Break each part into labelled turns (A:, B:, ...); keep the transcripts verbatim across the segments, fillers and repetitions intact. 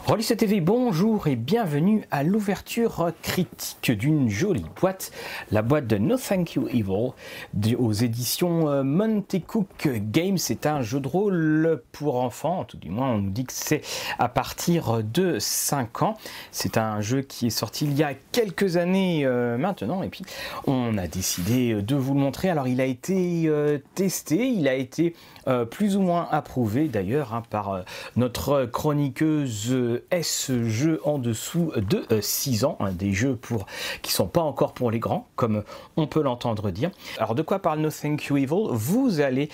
A: Rollis T V, bonjour et bienvenue à l'ouverture critique d'une jolie boîte, la boîte de No Thank You Evil aux éditions Monte Cook Games. C'est un jeu de rôle pour enfants, tout du moins on nous dit que c'est à partir de cinq ans. C'est un jeu qui est sorti il y a quelques années euh, maintenant et puis on a décidé de vous le montrer. Alors il a été euh, testé, il a été euh, plus ou moins approuvé d'ailleurs hein, par euh, notre chroniqueuse S jeux en dessous de six ans, hein, des jeux pour, qui ne sont pas encore pour les grands, comme on peut l'entendre dire. Alors de quoi parle No Thank You Evil? Vous allez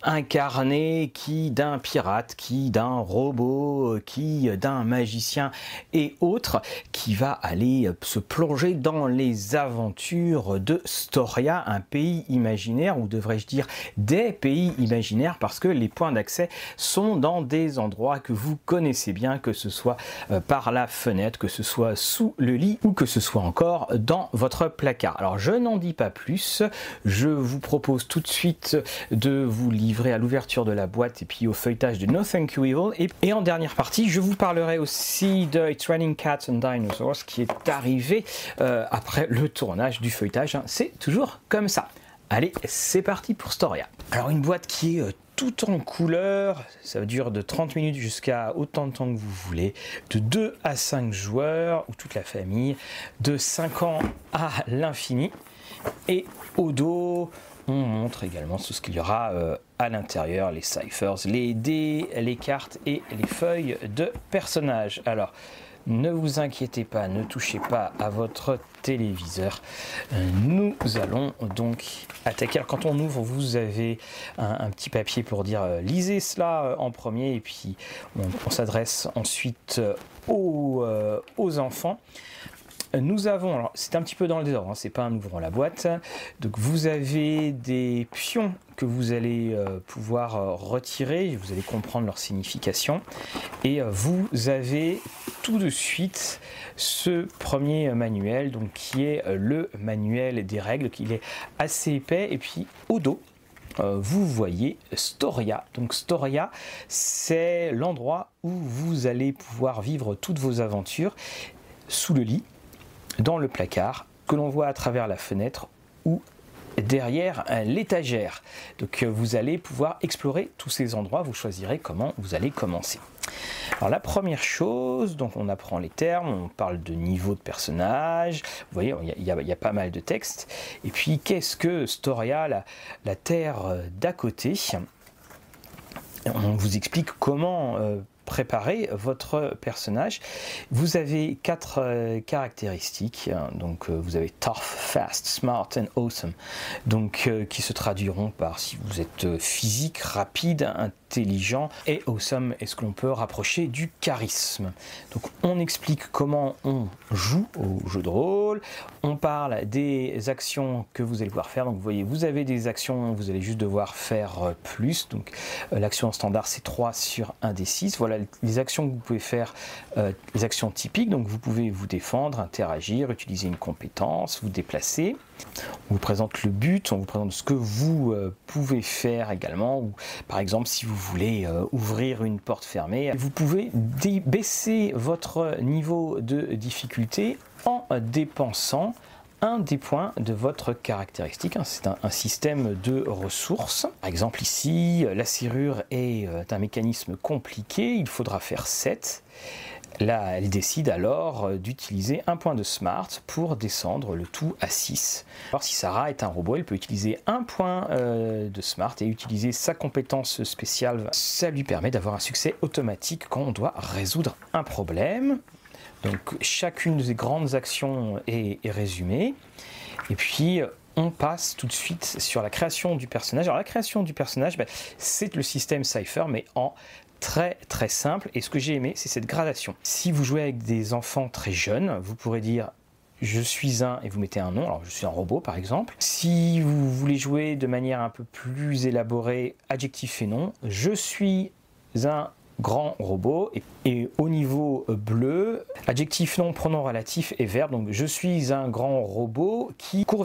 A: incarner qui d'un pirate, qui d'un robot, qui d'un magicien et autres, qui va aller se plonger dans les aventures de Storia, un pays imaginaire, ou devrais-je dire des pays imaginaires, parce que les points d'accès sont dans des endroits que vous connaissez bien, que ce soit par la fenêtre, que ce soit sous le lit ou que ce soit encore dans votre placard. Alors je n'en dis pas plus, je vous propose tout de suite de vous livrer à l'ouverture de la boîte et puis au feuilletage de No Thank You Evil. Et, et en dernière partie, je vous parlerai aussi de It's Raining Cats and Dinosaurs qui est arrivé euh, après le tournage du feuilletage. Hein. C'est toujours comme ça. Allez, c'est parti pour Storia. Alors une boîte qui est euh, tout en couleur, ça dure de trente minutes jusqu'à autant de temps que vous voulez, de deux à cinq joueurs ou toute la famille, de cinq ans à l'infini. Et au dos, on montre également tout ce qu'il y aura euh, à l'intérieur, les ciphers, les dés, les cartes et les feuilles de personnages. Alors, ne vous inquiétez pas, ne touchez pas à votre téléviseur. Nous allons donc attaquer. Alors, quand on ouvre, vous avez un, un petit papier pour dire euh, lisez cela en premier et puis on, on s'adresse ensuite aux, euh, aux enfants. Nous avons, alors c'est un petit peu dans le désordre, hein, c'est pas un ouvrant la boîte, donc vous avez des pions que vous allez euh, pouvoir euh, retirer, vous allez comprendre leur signification, et euh, vous avez tout de suite ce premier manuel, donc qui est euh, le manuel des règles, qui est assez épais, et puis au dos, Euh, vous voyez Storia. Donc Storia, c'est l'endroit où vous allez pouvoir vivre toutes vos aventures, sous le lit, dans le placard, que l'on voit à travers la fenêtre ou derrière l'étagère. Donc vous allez pouvoir explorer tous ces endroits, vous choisirez comment vous allez commencer. Alors la première chose, donc on apprend les termes, on parle de niveau de personnage, vous voyez, il y, y, y a pas mal de textes. Et puis qu'est-ce que Storia, la, la terre d'à côté? On vous explique comment euh, préparer votre personnage. Vous avez quatre euh, caractéristiques, hein, donc euh, vous avez tough, fast, smart and awesome, donc euh, qui se traduiront par si vous êtes euh, physique, rapide, intelligent, et awesome est ce que l'on peut rapprocher du charisme. Donc on explique comment on joue au jeu de rôle, on parle des actions que vous allez devoir faire. Donc vous voyez, vous avez des actions, vous allez juste devoir faire euh, plus, donc euh, l'action standard c'est trois sur un des six. Voilà les actions que vous pouvez faire, euh, les actions typiques. Donc vous pouvez vous défendre, interagir, utiliser une compétence, vous déplacer. On vous présente le but, on vous présente ce que vous euh, pouvez faire également. Ou, par exemple, si vous voulez euh, ouvrir une porte fermée, vous pouvez baisser votre niveau de difficulté en dépensant un des points de votre caractéristique. C'est un, un système de ressources. Par exemple ici, la serrure est un mécanisme compliqué, il faudra faire sept. Là, elle décide alors d'utiliser un point de smart pour descendre le tout à six. Alors si Sarah est un robot, elle peut utiliser un point euh, de smart et utiliser sa compétence spéciale. Ça lui permet d'avoir un succès automatique quand on doit résoudre un problème. Donc chacune des grandes actions est, est résumée. Et puis on passe tout de suite sur la création du personnage. Alors la création du personnage, ben, c'est le système Cypher, mais en très très simple. Et ce que j'ai aimé, c'est cette gradation. Si vous jouez avec des enfants très jeunes, vous pourrez dire je suis un et vous mettez un nom. Alors je suis un robot par exemple. Si vous voulez jouer de manière un peu plus élaborée, adjectif et nom, je suis un grand robot, et, et au niveau bleu, adjectif, nom, pronom relatif et verbe. Donc je suis un grand robot qui court vite.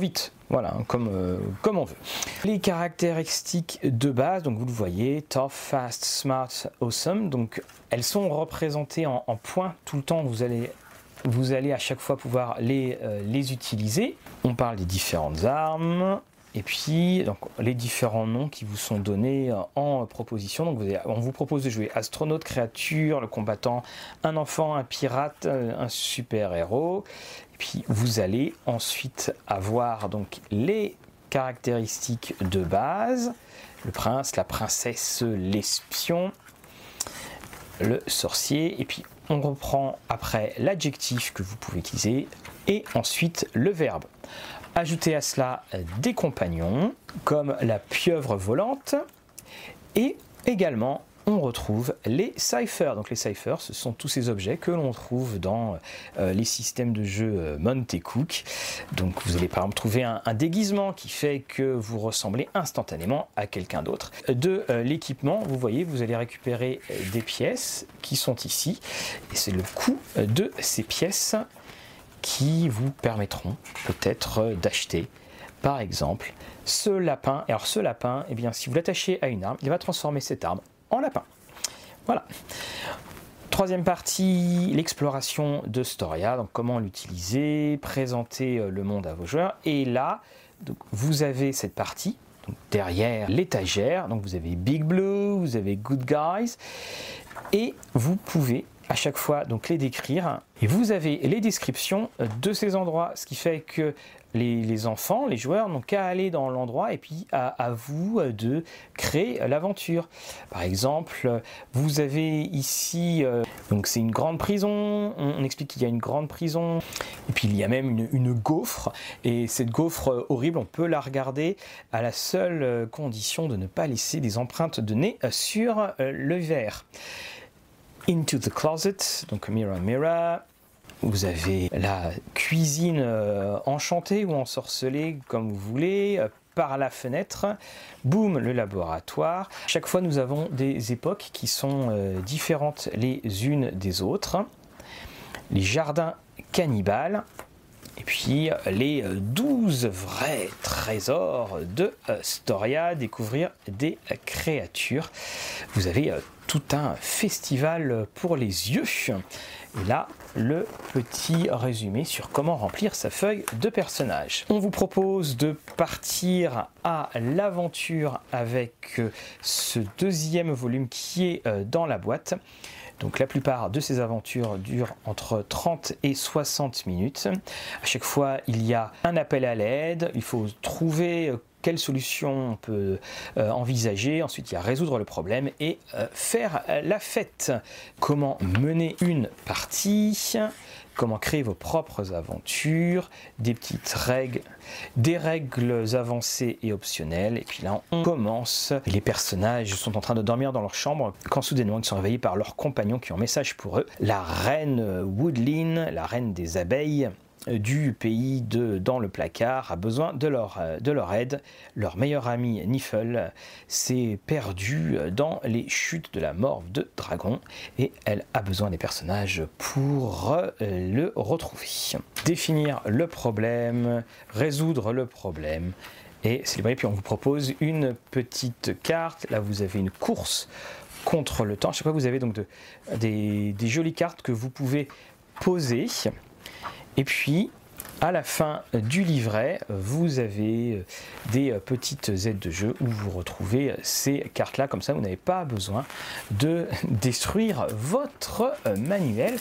A: Voilà, comme, euh, comme on veut. Les caractéristiques de base, donc vous le voyez, tough, fast, smart, awesome. Donc elles sont représentées en, en points tout le temps. Vous allez, vous allez à chaque fois pouvoir les, euh, les utiliser. On parle des différentes armes. Et puis, donc, les différents noms qui vous sont donnés en proposition. Donc, vous avez, on vous propose de jouer astronaute, créature, le combattant, un enfant, un pirate, un super-héros. Et puis, vous allez ensuite avoir donc, les caractéristiques de base. Le prince, la princesse, l'espion, le sorcier. Et puis, on reprend après l'adjectif que vous pouvez utiliser. Et ensuite, le verbe. Ajoutez à cela des compagnons, comme la pieuvre volante, et également on retrouve les ciphers. Donc les ciphers, ce sont tous ces objets que l'on trouve dans euh, les systèmes de jeu euh, Monte Cook. Donc vous allez par exemple trouver un, un déguisement qui fait que vous ressemblez instantanément à quelqu'un d'autre. De euh, l'équipement, vous voyez, vous allez récupérer des pièces qui sont ici, et c'est le coût de ces pièces qui vous permettront peut-être d'acheter par exemple ce lapin. Alors ce lapin, eh bien, si vous l'attachez à une arme, il va transformer cette arme en lapin. Voilà. Troisième partie, l'exploration de Storia, donc comment l'utiliser, présenter le monde à vos joueurs. Et là, donc, vous avez cette partie donc derrière l'étagère, donc vous avez Big Blue, vous avez Good Guys, et vous pouvez à chaque fois donc les décrire, et vous avez les descriptions de ces endroits, ce qui fait que les, les enfants, les joueurs n'ont qu'à aller dans l'endroit et puis à, à vous de créer l'aventure. Par exemple, vous avez ici, euh, donc c'est une grande prison, on, on explique qu'il y a une grande prison, et puis il y a même une, une gaufre, et cette gaufre horrible, on peut la regarder à la seule condition de ne pas laisser des empreintes de nez sur le verre. Into the closet, donc mirror mirror. Vous avez la cuisine euh, enchantée ou ensorcelée, comme vous voulez, euh, par la fenêtre. Boum, le laboratoire. Chaque fois, nous avons des époques qui sont euh, différentes les unes des autres. Les jardins cannibales. Et puis les douze vrais trésors de Storia, découvrir des créatures. Vous avez tout un festival pour les yeux. Et là, le petit résumé sur comment remplir sa feuille de personnage. On vous propose de partir à l'aventure avec ce deuxième volume qui est dans la boîte. Donc la plupart de ces aventures durent entre trente et soixante minutes. À chaque fois, il y a un appel à l'aide. Il faut trouver quelle solution on peut euh, envisager. Ensuite, il y a résoudre le problème et euh, faire la fête. Comment mener une partie, comment créer vos propres aventures, des petites règles, des règles avancées et optionnelles. Et puis là, on commence. Les personnages sont en train de dormir dans leur chambre quand soudainement ils sont réveillés par leurs compagnons qui ont un message pour eux. La reine Woodline, la reine des abeilles, du pays de dans le placard, a besoin de leur, de leur aide. Leur meilleur ami Niffle s'est perdu dans les chutes de la morve de dragon et elle a besoin des personnages pour le retrouver. Définir le problème, résoudre le problème et célébrer. Puis on vous propose une petite carte. Là vous avez une course contre le temps. À chaque fois vous avez donc de, des, des jolies cartes que vous pouvez poser. Et puis, à la fin du livret, vous avez des petites aides de jeu où vous retrouvez ces cartes-là. Comme ça, vous n'avez pas besoin de détruire votre manuel.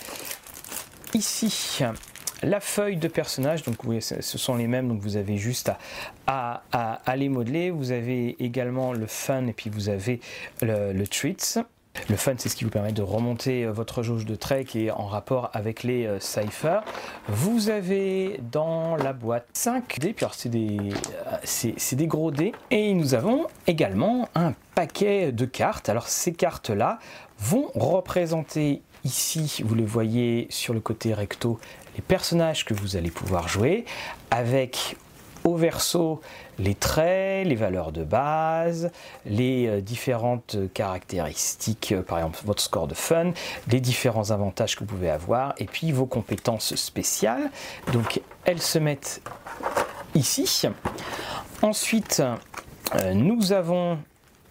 A: Ici, la feuille de personnage, donc oui, ce sont les mêmes, donc vous avez juste à, à, à, à les modeler. Vous avez également le fun et puis vous avez le, le treats. Le fun, c'est ce qui vous permet de remonter votre jauge de trek et en rapport avec les euh, ciphers. Vous avez dans la boîte cinq dés, puis alors c'est des, euh, c'est, c'est des gros dés. Et nous avons également un paquet de cartes. Alors ces cartes-là vont représenter ici, vous le voyez sur le côté recto, les personnages que vous allez pouvoir jouer avec au verso les traits, les valeurs de base, les euh, différentes caractéristiques, euh, par exemple votre score de fun, les différents avantages que vous pouvez avoir et puis vos compétences spéciales. Donc elles se mettent ici. Ensuite, euh, nous avons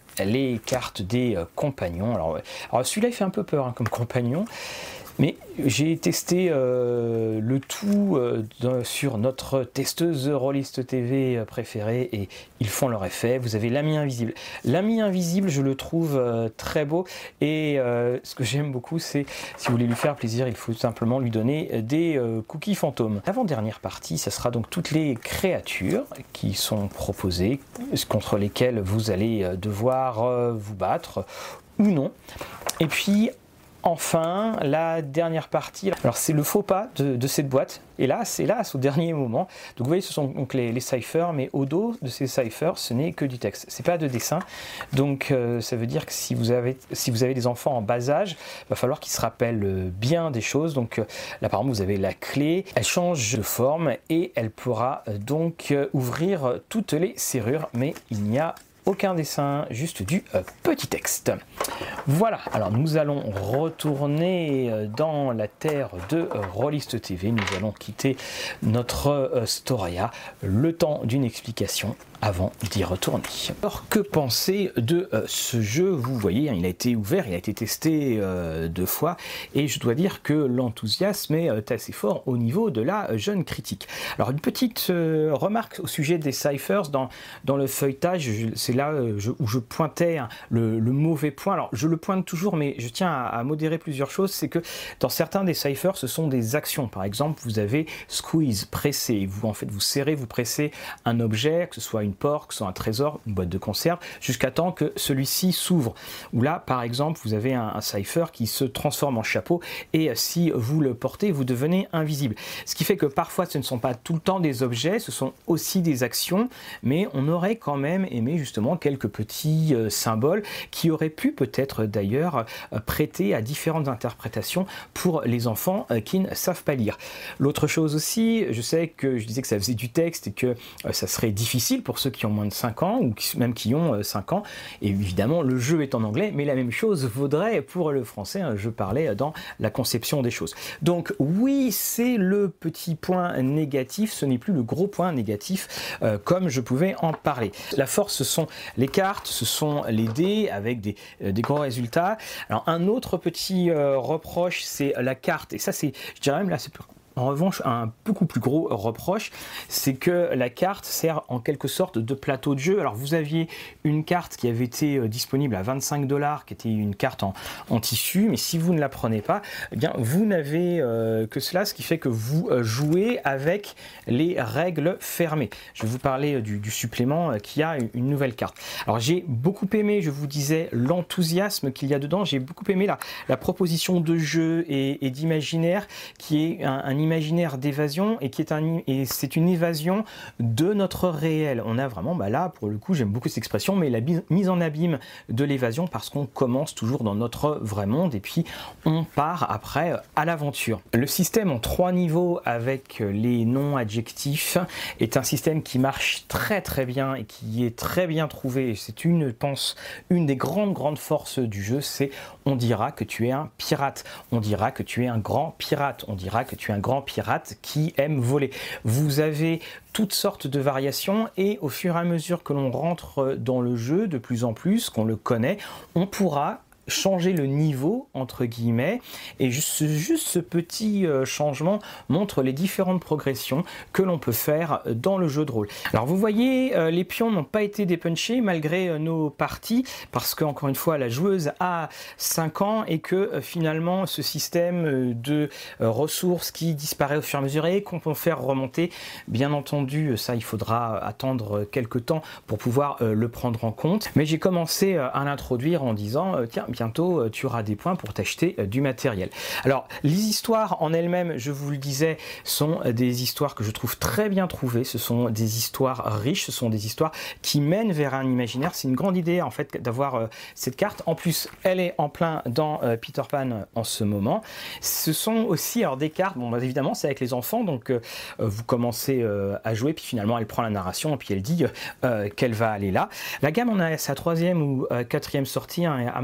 A: les cartes des euh, compagnons. Alors, alors celui-là il fait un peu peur hein, comme compagnon, mais j'ai testé euh, le tout euh, de, sur notre testeuse Rollist T V préférée et ils font leur effet. Vous avez l'ami invisible. L'ami invisible, je le trouve euh, très beau et euh, ce que j'aime beaucoup, c'est si vous voulez lui faire plaisir, il faut simplement lui donner des euh, cookies fantômes. L'avant-dernière partie, ça sera donc toutes les créatures qui sont proposées, contre lesquelles vous allez devoir euh, vous battre ou non. Et puis enfin, la dernière partie, alors c'est le faux pas de, de cette boîte, hélas, hélas, au dernier moment. Donc vous voyez, ce sont donc les, les ciphers, mais au dos de ces ciphers, ce n'est que du texte, c'est pas de dessin. Donc euh, ça veut dire que si vous avez, si vous avez des enfants en bas âge, il va falloir qu'ils se rappellent bien des choses. Donc euh, là par exemple, vous avez la clé, elle change de forme et elle pourra euh, donc euh, ouvrir toutes les serrures, mais il n'y a aucun dessin, juste du euh, petit texte. Voilà, alors nous allons retourner euh, dans la terre de euh, Rollist T V. Nous allons quitter notre euh, Storia, le temps d'une explication avant d'y retourner. Alors que penser de euh, ce jeu? Vous voyez, hein, il a été ouvert, il a été testé euh, deux fois et je dois dire que l'enthousiasme est euh, assez fort au niveau de la euh, jeune critique. Alors une petite euh, remarque au sujet des ciphers dans, dans le feuilletage, c'est là euh, je, où je pointais hein, le, le mauvais point. Alors je le pointe toujours, mais je tiens à, à modérer plusieurs choses. C'est que dans certains des ciphers, ce sont des actions. Par exemple, vous avez squeeze, presser. Vous en fait, vous serrez, vous pressez un objet, que ce soit une porte, que ce soit un trésor, une boîte de conserve, jusqu'à temps que celui-ci s'ouvre. Ou là, par exemple, vous avez un, un cipher qui se transforme en chapeau et si vous le portez, vous devenez invisible. Ce qui fait que parfois, ce ne sont pas tout le temps des objets, ce sont aussi des actions, mais on aurait quand même aimé justement quelques petits euh, symboles qui auraient pu peut-être d'ailleurs euh, prêter à différentes interprétations pour les enfants euh, qui ne savent pas lire. L'autre chose aussi, je sais que je disais que ça faisait du texte et que euh, ça serait difficile pour ceux qui ont moins de cinq ans ou qui, même qui ont euh, cinq ans, et évidemment le jeu est en anglais, mais la même chose vaudrait pour le français, hein, je parlais dans la conception des choses. Donc oui, c'est le petit point négatif, ce n'est plus le gros point négatif euh, comme je pouvais en parler. La force, ce sont les cartes, ce sont les dés avec des, euh, des gros résultats. Alors un autre petit euh, reproche, c'est la carte, et ça c'est, je dirais même là, c'est plus en revanche, un beaucoup plus gros reproche, c'est que la carte sert en quelque sorte de plateau de jeu. Alors vous aviez une carte qui avait été disponible à vingt-cinq dollars, qui était une carte en, en tissu, mais si vous ne la prenez pas, eh bien vous n'avez euh, que cela, ce qui fait que vous euh, jouez avec les règles fermées. Je vais vous parler du, du supplément euh, qui a une, une nouvelle carte. Alors j'ai beaucoup aimé, je vous disais, l'enthousiasme qu'il y a dedans. J'ai beaucoup aimé la, la proposition de jeu et, et d'imaginaire qui est un, un imaginaire d'évasion et qui est un et c'est une évasion de notre réel. On a vraiment, bah là pour le coup j'aime beaucoup cette expression, mais la mise en abîme de l'évasion parce qu'on commence toujours dans notre vrai monde et puis on part après à l'aventure. Le système en trois niveaux avec les noms adjectifs est un système qui marche très très bien et qui est très bien trouvé. C'est une, je pense, une des grandes grandes forces du jeu, c'est on dira que tu es un pirate, on dira que tu es un grand pirate, on dira que tu es un grand pirate qui aime voler. Vous avez toutes sortes de variations et au fur et à mesure que l'on rentre dans le jeu de plus en plus, qu'on le connaît, on pourra changer le niveau entre guillemets et juste, juste ce petit euh, changement montre les différentes progressions que l'on peut faire dans le jeu de rôle. Alors vous voyez euh, les pions n'ont pas été dépunchés malgré euh, nos parties parce que encore une fois la joueuse a cinq ans et que euh, finalement ce système euh, de euh, ressources qui disparaît au fur et à mesure et qu'on peut faire remonter, bien entendu ça il faudra attendre quelques temps pour pouvoir euh, le prendre en compte, mais j'ai commencé euh, à l'introduire en disant euh, tiens bientôt tu auras des points pour t'acheter du matériel. Alors les histoires en elles-mêmes, je vous le disais, sont des histoires que je trouve très bien trouvées, ce sont des histoires riches, ce sont des histoires qui mènent vers un imaginaire. C'est une grande idée en fait d'avoir euh, cette carte. En plus elle est en plein dans euh, Peter Pan en ce moment. Ce sont aussi alors des cartes, bon bah, évidemment c'est avec les enfants, donc euh, vous commencez euh, à jouer puis finalement elle prend la narration et puis elle dit euh, qu'elle va aller là. La gamme on a sa troisième ou euh, quatrième sortie, hein, I'm the Guide,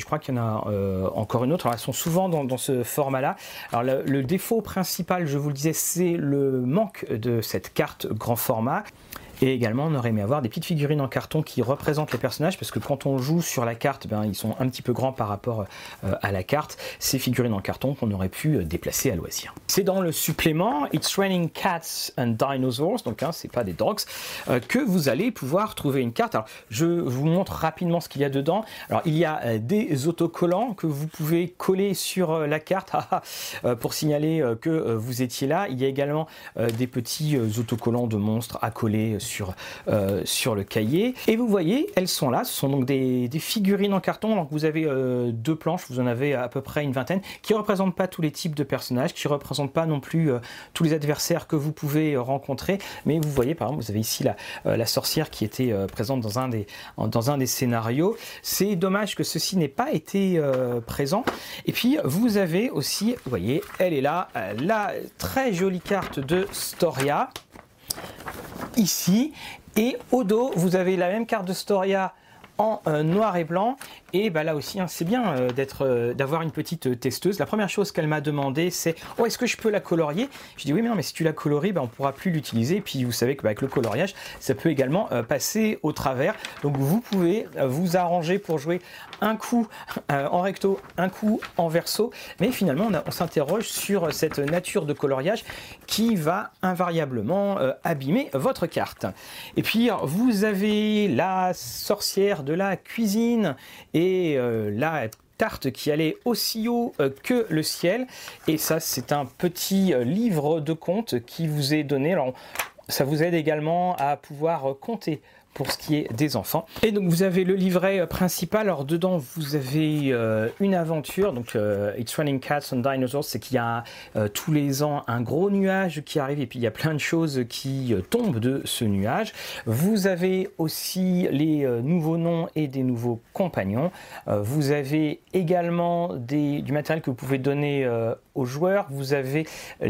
A: je crois qu'il y en a euh, encore une autre. Alors, elles sont souvent dans, dans ce format-là. Alors le, le défaut principal, je vous le disais, c'est le manque de cette carte grand format. Et également, on aurait aimé avoir des petites figurines en carton qui représentent les personnages, parce que quand on joue sur la carte, ben, ils sont un petit peu grands par rapport euh, à la carte. Ces figurines en carton qu'on aurait pu déplacer à loisir. C'est dans le supplément It's Raining Cats and Dinosaurs, donc hein, c'est pas des dogs, euh, que vous allez pouvoir trouver une carte. Alors, je vous montre rapidement ce qu'il y a dedans. Alors, il y a euh, des autocollants que vous pouvez coller sur euh, la carte euh, pour signaler euh, que euh, vous étiez là. Il y a également euh, des petits euh, autocollants de monstres à coller sur Sur, euh, sur le cahier, et vous voyez, elles sont là. Ce sont donc des, des figurines en carton. Donc vous avez euh, deux planches, vous en avez à peu près une vingtaine, qui ne représentent pas tous les types de personnages, qui ne représentent pas non plus euh, tous les adversaires que vous pouvez euh, rencontrer, mais vous voyez par exemple, vous avez ici la, euh, la sorcière qui était euh, présente dans un, des, dans un des scénarios. C'est dommage que ceci n'ait pas été euh, présent. Et puis vous avez aussi, vous voyez, elle est là, euh, la très jolie carte de Storia ici, et au dos vous avez la même carte de Storia en euh, noir et blanc. Et bah là aussi, hein, c'est bien euh, d'être, euh, d'avoir une petite euh, testeuse. La première chose qu'elle m'a demandé, c'est « Oh, est-ce que je peux la colorier ?» Je dis « Oui, mais non, mais si tu la colories, bah, on ne pourra plus l'utiliser. » Et puis, vous savez qu'avec bah, le coloriage, ça peut également euh, passer au travers. Donc, vous pouvez euh, vous arranger pour jouer un coup euh, en recto, un coup en verso. Mais finalement, on, a, on s'interroge sur cette nature de coloriage qui va invariablement euh, abîmer votre carte. Et puis, vous avez la sorcière de la cuisine et euh, la tarte qui allait aussi haut euh, que le ciel. Et ça, c'est un petit euh, livre de contes qui vous est donné. Alors, ça vous aide également à pouvoir euh, compter pour ce qui est des enfants. Et donc vous avez le livret principal. Alors dedans vous avez euh, une aventure, donc euh, It's Raining Cats and Dinosaurs, c'est qu'il y a euh, tous les ans un gros nuage qui arrive, et puis il y a plein de choses qui euh, tombent de ce nuage. Vous avez aussi les euh, nouveaux noms et des nouveaux compagnons. Euh, vous avez également des, du matériel que vous pouvez donner euh, aux joueurs. Vous avez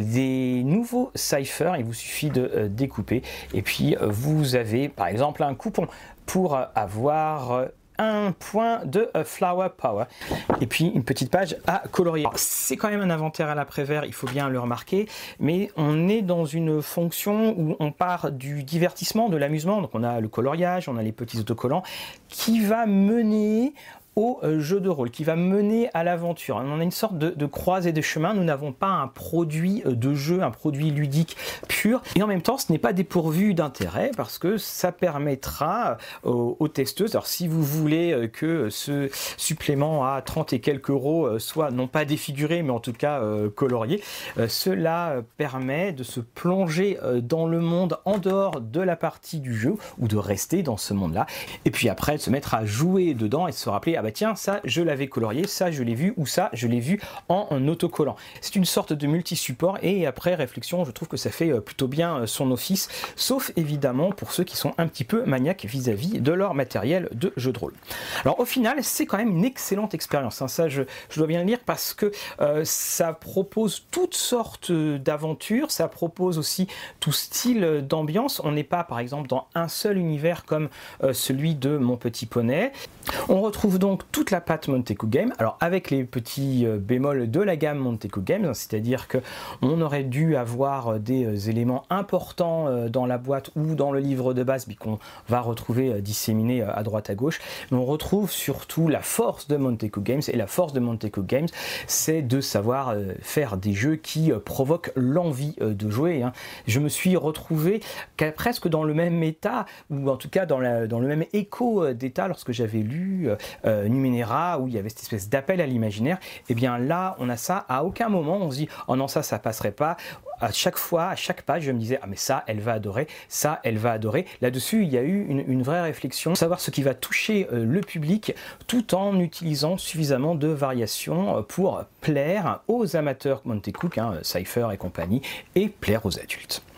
A: des nouveaux ciphers, il vous suffit de euh, découper, et puis euh, vous avez par exemple un coupon pour avoir un point de Flower Power, et puis une petite page à colorier. C'est quand même un inventaire à l'après-vert, il faut bien le remarquer, mais on est dans une fonction où on part du divertissement, de l'amusement. Donc on a le coloriage, on a les petits autocollants qui va mener au jeu de rôle, qui va mener à l'aventure. On a une sorte de, de croisée de chemin. Nous n'avons pas un produit de jeu, un produit ludique pur, et en même temps ce n'est pas dépourvu d'intérêt, parce que ça permettra aux, aux testeuses, alors si vous voulez que ce supplément à trente et quelques euros soit non pas défiguré, mais en tout cas euh, colorié, euh, cela permet de se plonger dans le monde en dehors de la partie du jeu, ou de rester dans ce monde là, et puis après de se mettre à jouer dedans et de se rappeler « Ah bah tiens, ça je l'avais colorié, ça je l'ai vu, ou ça je l'ai vu en, en autocollant ». C'est une sorte de multi-support, et après réflexion, je trouve que ça fait plutôt bien son office, sauf évidemment pour ceux qui sont un petit peu maniaques vis-à-vis de leur matériel de jeu de rôle. Alors au final, c'est quand même une excellente expérience, hein. Ça je, je dois bien le dire, parce que euh, ça propose toutes sortes d'aventures, ça propose aussi tout style d'ambiance. On n'est pas par exemple dans un seul univers comme euh, celui de Mon Petit Poney. On retrouve donc toute la patte Monteco Games, alors avec les petits euh, bémols de la gamme Monteco Games, c'est-à-dire que on aurait dû avoir des euh, éléments importants euh, dans la boîte ou dans le livre de base, mais qu'on va retrouver euh, disséminés euh, à droite à gauche. Mais on retrouve surtout la force de Monteco Games, et la force de Monteco Games, c'est de savoir euh, faire des jeux qui euh, provoquent l'envie euh, de jouer, hein. Je me suis retrouvé presque dans le même état, ou en tout cas dans, la, dans le même écho d'état lorsque j'avais lu euh, Numenera, où il y avait cette espèce d'appel à l'imaginaire. Et bien là, on a ça, à aucun moment on se dit « Oh non, ça, ça passerait pas ». À chaque fois, à chaque page, je me disais « Ah mais ça, elle va adorer, ça, elle va adorer ». Là-dessus, il y a eu une, une vraie réflexion, savoir ce qui va toucher euh, le public, tout en utilisant suffisamment de variations pour plaire aux amateurs Montecook, hein, Cypher et compagnie, et plaire aux adultes.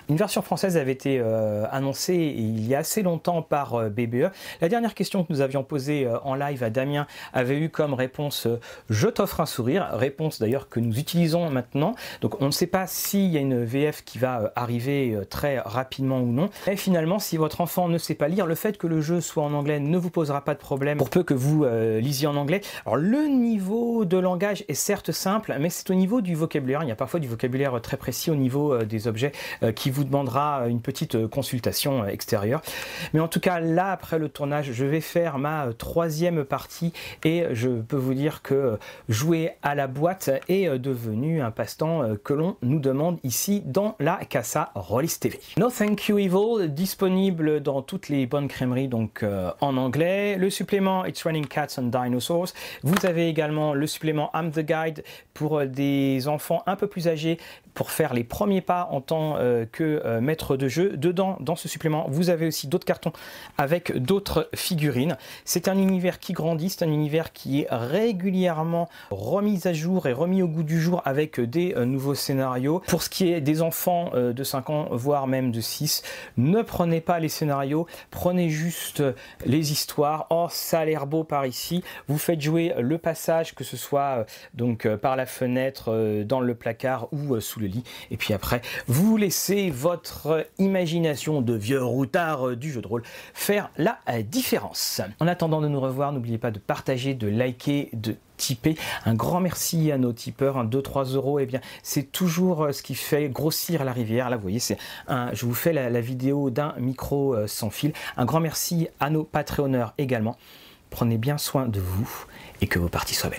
A: Une version française avait été euh, annoncée il y a assez longtemps par euh, B B E. La dernière question que nous avions posée euh, en live à Damien avait eu comme réponse euh, « Je t'offre un sourire », réponse d'ailleurs que nous utilisons maintenant. Donc on ne sait pas s'il y a une V F qui va euh, arriver euh, très rapidement ou non. Et finalement, si votre enfant ne sait pas lire, le fait que le jeu soit en anglais ne vous posera pas de problème pour peu que vous euh, lisiez en anglais. Alors le niveau de langage est certes simple, mais c'est au niveau du vocabulaire. Il y a parfois du vocabulaire très précis au niveau euh, des objets euh, qui vous demandera une petite consultation extérieure. Mais en tout cas, là, après le tournage, je vais faire ma troisième partie et je peux vous dire que jouer à la boîte est devenu un passe-temps que l'on nous demande ici dans la Casa Rollis T V. No Thank You Evil, disponible dans toutes les bonnes crèmeries, donc euh, en anglais. Le supplément It's Raining Cats and Dinosaurs. Vous avez également le supplément I'm the Guide pour des enfants un peu plus âgés pour faire les premiers pas en tant euh, que euh, maître de jeu. Dedans, dans ce supplément, vous avez aussi d'autres cartons avec d'autres figurines. C'est un univers qui grandit, c'est un univers qui est régulièrement remis à jour et remis au goût du jour avec des euh, nouveaux scénarios. Pour ce qui est des enfants euh, de cinq ans, voire même de six, ne prenez pas les scénarios, prenez juste les histoires. Oh, ça a l'air beau par ici. Vous faites jouer le passage, que ce soit euh, donc euh, par la fenêtre, euh, dans le placard ou euh, sous le lit, et puis après vous laissez votre imagination de vieux routard du jeu de rôle faire la différence. En attendant de nous revoir, n'oubliez pas de partager, de liker, de tiper. Un grand merci à nos tipeurs, un deux trois euros, et eh bien c'est toujours ce qui fait grossir la rivière. Là vous voyez, c'est un, je vous fais la, la vidéo d'un micro sans fil. Un grand merci à nos Patreonneurs également. Prenez bien soin de vous et que vos parties soient belles.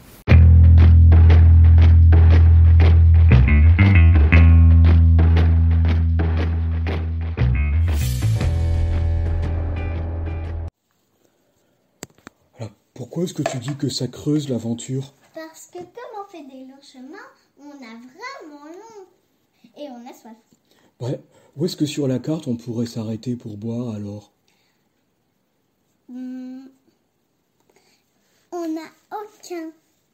B: Pourquoi est-ce que tu dis que ça creuse l'aventure?
C: Parce que comme on fait des longs chemins, on a vraiment long et on a soif.
B: Ouais, où est-ce que sur la carte on pourrait s'arrêter pour boire alors?
C: hmm, On n'a aucun.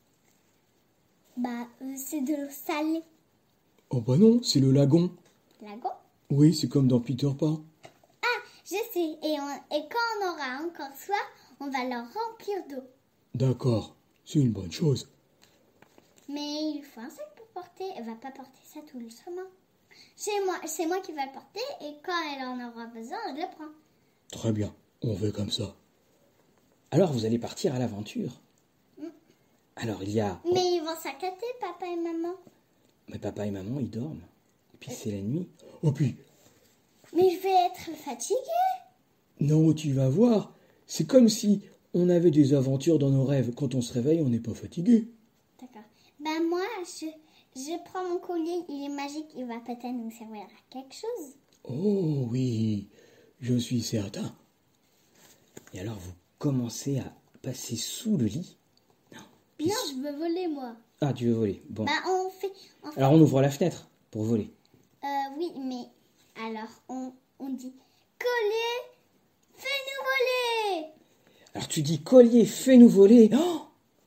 C: Bah, euh, c'est de l'eau salée.
B: Oh bah non, c'est le lagon.
C: Lagon?
B: Oui, c'est comme dans Peter Pan.
C: Ah, je sais. Et, on, et quand on aura encore soif, on va leur remplir d'eau.
B: D'accord, c'est une bonne chose.
C: Mais il faut un sac pour porter. Elle va pas porter ça tout le chemin. C'est moi, c'est moi qui vais le porter et quand elle en aura besoin, je le prends.
B: Très bien, on fait comme ça.
A: Alors vous allez partir à l'aventure.
C: Mm.
A: Alors il y a...
C: Mais ils vont s'accater, papa et maman.
A: Mais papa et maman, ils dorment. Et puis c'est la nuit.
B: Oh puis...
C: Mais je vais être fatiguée.
B: Non, tu vas voir. C'est comme si on avait des aventures dans nos rêves. Quand on se réveille, on n'est pas fatigué.
C: D'accord. Ben moi, je, je prends mon collier, il est magique, il va peut-être nous servir à quelque chose.
B: Oh oui, je suis certain.
A: Et alors vous commencez à passer sous le lit.
C: Non, non je veux voler moi.
A: Ah, tu veux voler. Bon.
C: Ben on fait... On fait...
A: Alors on ouvre la fenêtre pour voler.
C: Euh, oui, mais alors on, on dit collier, fais-nous voler.
A: Alors tu dis collier, fais-nous voler. Oh,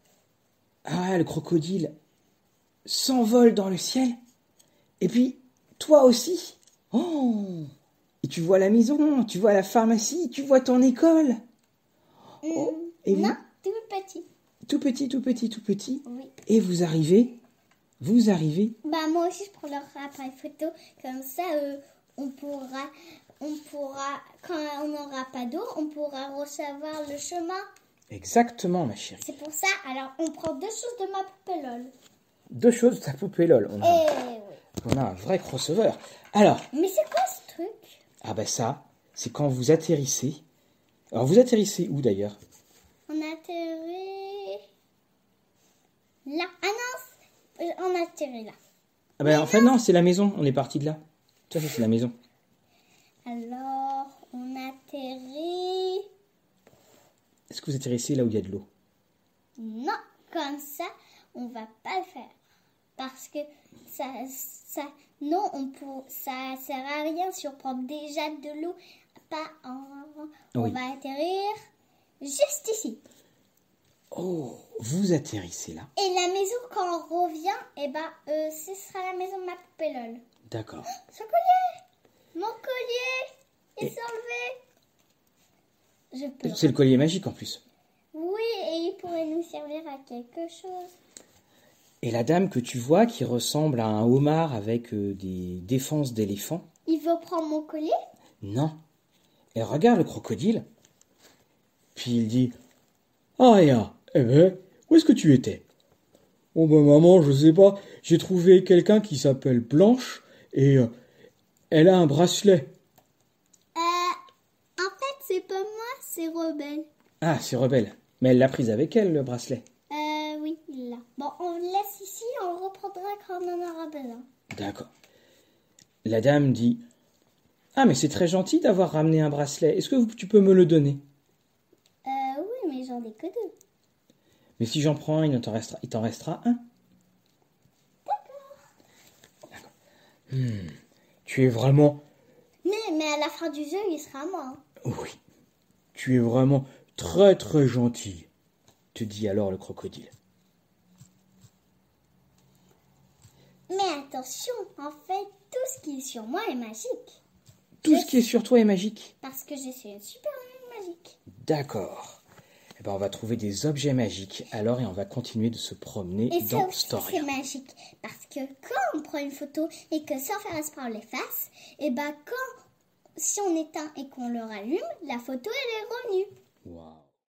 A: ah, le crocodile s'envole dans le ciel. Et puis, toi aussi. Oh, et tu vois la maison, tu vois la pharmacie, tu vois ton école.
C: Oh, et non, vous, tout petit.
A: Tout petit, tout petit, tout petit.
C: Oui.
A: Et vous arrivez, vous arrivez.
C: Bah moi aussi, je prends leur appareil photo. Comme ça, euh, on pourra... On pourra, quand on n'aura pas d'eau, on pourra recevoir le chemin.
A: Exactement, ma chérie.
C: C'est pour ça, alors on prend deux choses de ma poupée LOL.
A: Deux choses de ta poupée LOL. On a,
C: Et oui.
A: On a un vrai crossover. Alors.
C: Mais c'est quoi ce truc?
A: Ah ben ça, c'est quand vous atterrissez. Alors vous atterrissez où d'ailleurs?
C: On atterrit là. Ah non, on atterrit là.
A: Ah ben en fait non, c'est la maison. On est parti de là. Ça, ça c'est la maison.
C: Alors, on atterrit...
A: Est-ce que vous atterrissez là où il y a de l'eau?
C: Non, comme ça, on va pas le faire. Parce que ça... ça non, on pour, ça sert à rien si on prend déjà de l'eau. Pas en... On
A: oui.
C: va atterrir juste ici.
A: Oh, vous atterrissez là.
C: Et la maison, quand on revient, eh ben, euh, ce sera la maison de ma poupée LOL.
A: D'accord.
C: Oh, ce collier! Mon collier, il
B: Et-
C: s'est enlevé. Je peux.
B: C'est le collier magique en plus.
C: Oui, et il pourrait nous servir à quelque chose.
B: Et la dame que tu vois qui ressemble à un homard avec euh, des défenses d'éléphant,
C: Il veut prendre mon collier?
B: non. Elle regarde le crocodile, puis il dit « Ah, Aya, eh ben, où est-ce que tu étais ?»« Oh ben maman, je sais pas, j'ai trouvé quelqu'un qui s'appelle Blanche et euh, elle a un bracelet.
C: Euh, en fait, c'est pas moi, c'est Rebelle. »
B: Ah, c'est rebelle. Mais elle l'a prise avec elle, le bracelet.
C: Euh, oui, il l'a. Bon, on le laisse ici, on le reprendra quand on en aura besoin.
B: D'accord. La dame dit « Ah, mais c'est très gentil d'avoir ramené un bracelet. Est-ce que vous- tu peux me le donner ?»«
C: Euh, oui, mais j'en ai que deux.
B: Mais si j'en prends un, il t'en restera, il t'en restera un. » D'accord. Hmm. Tu es vraiment...
C: Mais, mais à la fin du jeu, il sera à moi. hein.
B: Oui. Tu es vraiment très très gentil, te dit alors le crocodile.
C: Mais attention, en fait, tout ce qui est sur moi est magique.
B: Tout ce qui est sur toi est magique.
C: Parce que je suis une super magique.
B: D'accord. Eh ben, on va trouver des objets magiques alors et on va continuer de se promener
C: Et ça
B: dans
C: aussi,
B: Storia.
C: c'est magique. Parce que quand on prend une photo et que sans faire exprès on l'efface, et bah quand, si on éteint et qu'on le rallume, la photo elle est revenue.
B: Waouh.